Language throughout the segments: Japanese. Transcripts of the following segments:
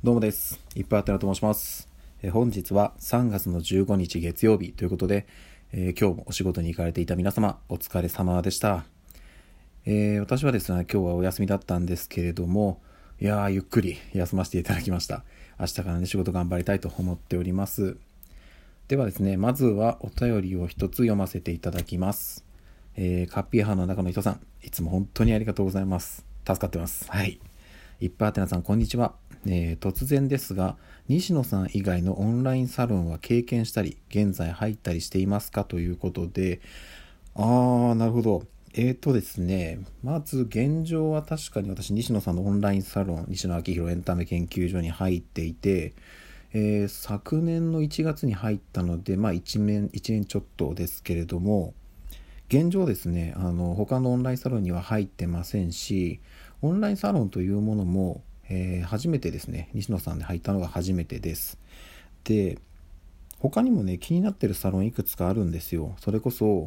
どうもです。いっぱいあってなと申します。本日は3月の15日月曜日ということで、今日もお仕事に行かれていた皆様お疲れ様でした。私はですね、今日はお休みだったんですけれども、ゆっくり休ませていただきました。明日からね、仕事頑張りたいと思っております。ではですね、まずはお便りを一つ読ませていただきます。カッピーハンの中の人さん、いつも本当にありがとうございます。助かってます。はい。いっぱいあてなさん、こんにちは。突然ですが、西野さん以外のオンラインサロンは経験したり、現在入ったりしていますかということで、なるほど。ですね、まず現状は確かに私、西野さんのオンラインサロン、西野昭弘エンタメ研究所に入っていて、昨年の1月に入ったので、1年ちょっとですけれども、現状ですね、他のオンラインサロンには入ってませんし、オンラインサロンというものも、初めてですね、西野さんで入ったのが初めてです。で、他にもね、気になってるサロンいくつかあるんですよ。それこそ、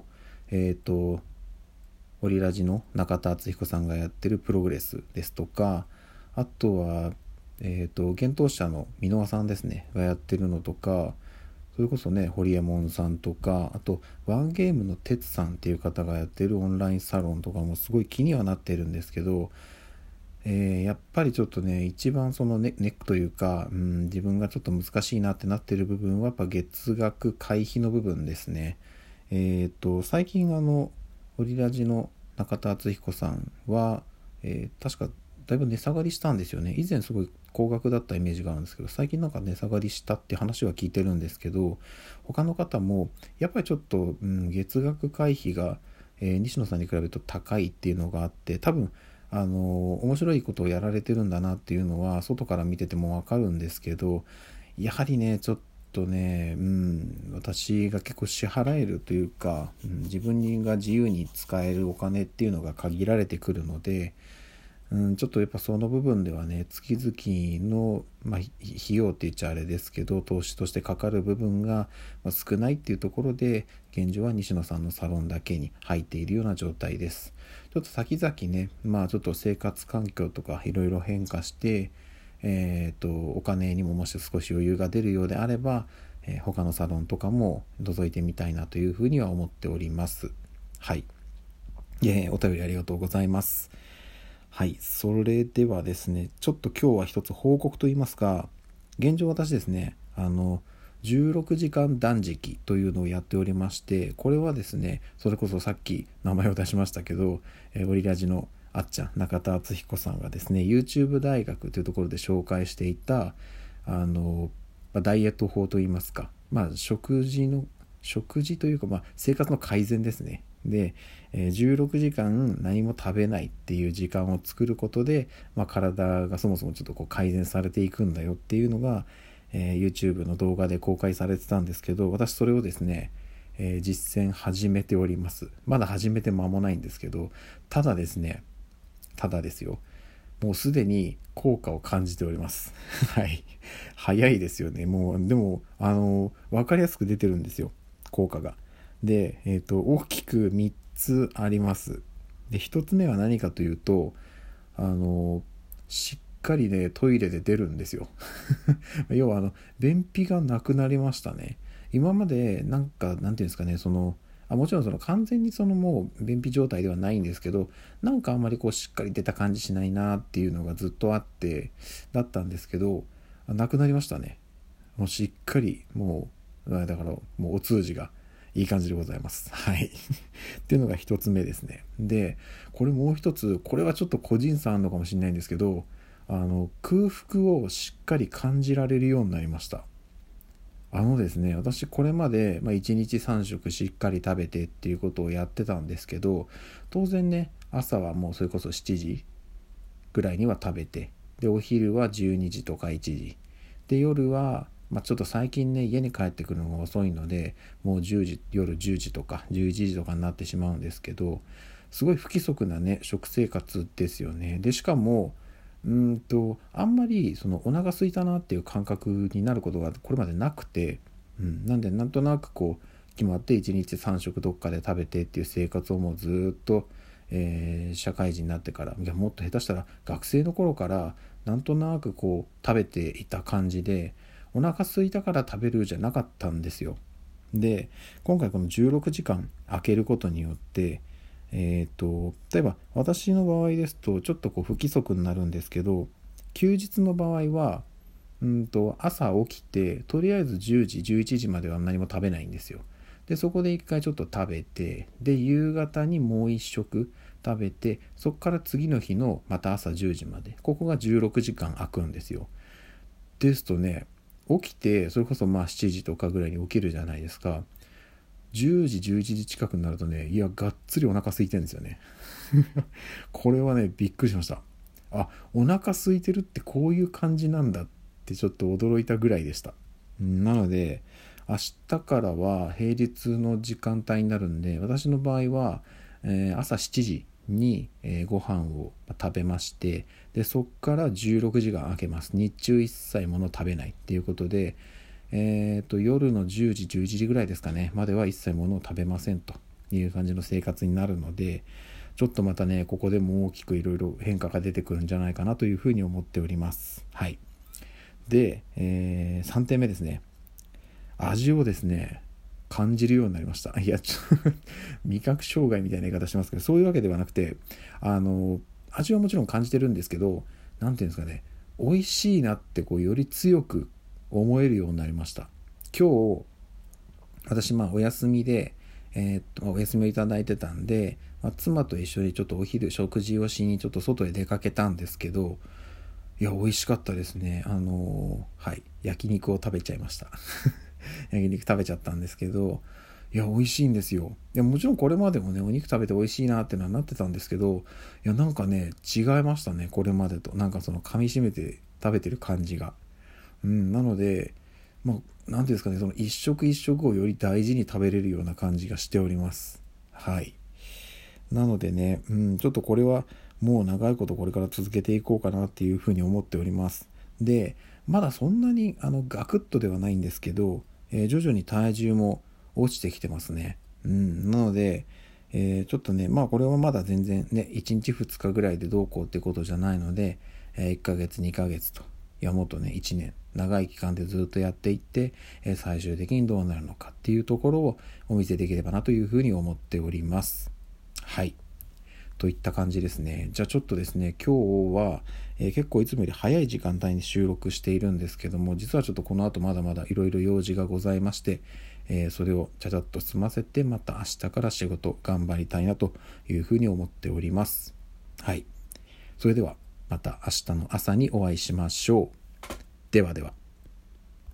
オリラジの中田敦彦さんがやってるプログレスですとか、あとは、幻冬舎の箕輪さんですね、がやってるのとか、それこそね、ホリエモンさんとか、あと、ワンゲームのテツさんっていう方がやってるオンラインサロンとかもすごい気にはなってるんですけど、やっぱりちょっとね、一番そのネックというか、自分がちょっと難しいなってなってる部分は、やっぱ月額会費の部分ですね。最近オリラジの中田敦彦さんは、確かだいぶ値下がりしたんですよね。以前すごい高額だったイメージがあるんですけど、最近なんか値下がりしたって話は聞いてるんですけど、他の方もやっぱりちょっと、月額会費が、西野さんに比べると高いっていうのがあって、多分面白いことをやられてるんだなっていうのは外から見ててもわかるんですけど、やはりねちょっとね、私が結構支払えるというか、自分が自由に使えるお金っていうのが限られてくるので、ちょっとやっぱその部分ではね、月々の、費用って言っちゃあれですけど、投資としてかかる部分が少ないっていうところで、現状は西野さんのサロンだけに入っているような状態です。ちょっと先々ね、ちょっと生活環境とかいろいろ変化して、お金にももし少し余裕が出るようであれば、他のサロンとかも覗いてみたいなというふうには思っております。はい。お便りありがとうございます。はい、それではですね、ちょっと今日は一つ報告といいますか、現状私ですね、16時間断食というのをやっておりまして、これはですね、それこそさっき名前を出しましたけど、オリラジのあっちゃん、中田敦彦さんがですね、YouTube 大学というところで紹介していた、ダイエット法といいますか、食事というか、生活の改善ですね。で、16時間何も食べないっていう時間を作ることで、体がそもそもちょっとこう改善されていくんだよっていうのが、YouTube の動画で公開されてたんですけど、私それをですね、実践始めております。まだ始めて間もないんですけど、ただですよ、もうすでに効果を感じております。はい。早いですよね。でも、わかりやすく出てるんですよ。効果が。で、大きく3つあります。で、1つ目は何かというと、しっかりね、トイレで出るんですよ。要は、便秘がなくなりましたね。今まで、なんていうんですかね、もちろん完全にもう便秘状態ではないんですけど、なんかあんまりこうしっかり出た感じしないなっていうのがずっとあってだったんですけど、なくなりましたね。もうしっかりだからもうお通じがいい感じでございます。はい。っていうのが一つ目ですね。で、これもう一つ、これはちょっと個人差あるのかもしれないんですけど、空腹をしっかり感じられるようになりました。ですね、私これまで、1日3食しっかり食べてっていうことをやってたんですけど、当然ね、朝はもうそれこそ7時ぐらいには食べて、で、お昼は12時とか1時。で、夜は、ちょっと最近ね、家に帰ってくるのが遅いので、もう夜10時とか11時とかになってしまうんですけど、すごい不規則なね、食生活ですよね。で、しかも、あんまりお腹空いたなっていう感覚になることがこれまでなくて、なんでなんとなくこう決まって1日3食どっかで食べてっていう生活をもうずっと、社会人になってから、もっと下手したら学生の頃からなんとなくこう食べていた感じで、お腹空いたから食べるじゃなかったんですよ。で、今回この16時間空けることによって、例えば私の場合ですとちょっとこう不規則になるんですけど、休日の場合は朝起きてとりあえず10時11時までは何も食べないんですよ。でそこで一回ちょっと食べて、で夕方にもう一食食べて、そこから次の日のまた朝10時まで、ここが16時間空くんですよ。ですとね、起きてそれこそ7時とかぐらいに起きるじゃないですか。10時11時近くになるとね、いやがっつりお腹空いてるんですよね。これはねびっくりしました。お腹空いてるってこういう感じなんだってちょっと驚いたぐらいでした。なので明日からは平日の時間帯になるんで、私の場合は、朝7時に、ご飯を食べまして、でそっから16時間空けます。日中一切物食べないっていうことで、夜の10時11時ぐらいですかねまでは一切物を食べませんという感じの生活になるので、ちょっとまたねここでも大きくいろいろ変化が出てくるんじゃないかなというふうに思っております。はい。で、3点目ですね。味をですね感じるようになりました。いや味覚障害みたいな言い方しますけど、そういうわけではなくて、味はもちろん感じてるんですけど、なんていうんですかね、美味しいなってこうより強く思えるようになりました。今日私お休みで、お休みをいただいてたんで、妻と一緒にちょっとお昼食事をしにちょっと外へ出かけたんですけど、いや美味しかったですね。焼肉を食べちゃいました。焼肉食べちゃったんですけど、いや美味しいんですよ。いやもちろんこれまでもねお肉食べて美味しいなってのはなってたんですけど、いやなんかね違いましたね、これまでと。なんかその噛み締めて食べてる感じが、なのでなんていうんですかね、その一食一食をより大事に食べれるような感じがしております。はい。なのでね、ちょっとこれはもう長いことこれから続けていこうかなっていうふうに思っております。で、まだそんなにガクッとではないんですけど、徐々に体重も落ちてきてますね。なので、ちょっとね、これはまだ全然ね、1日2日ぐらいでどうこうってことじゃないので、1ヶ月2ヶ月と、いやもっとね1年長い期間でずっとやっていって、最終的にどうなるのかっていうところをお見せできればなというふうに思っております。はい。といった感じですね。じゃあちょっとですね、今日は、結構いつもより早い時間帯に収録しているんですけども、実はちょっとこの後まだまだいろいろ用事がございまして、それをちゃちゃっと済ませて、また明日から仕事頑張りたいなというふうに思っております。はい。それではまた明日の朝にお会いしましょう。ではでは。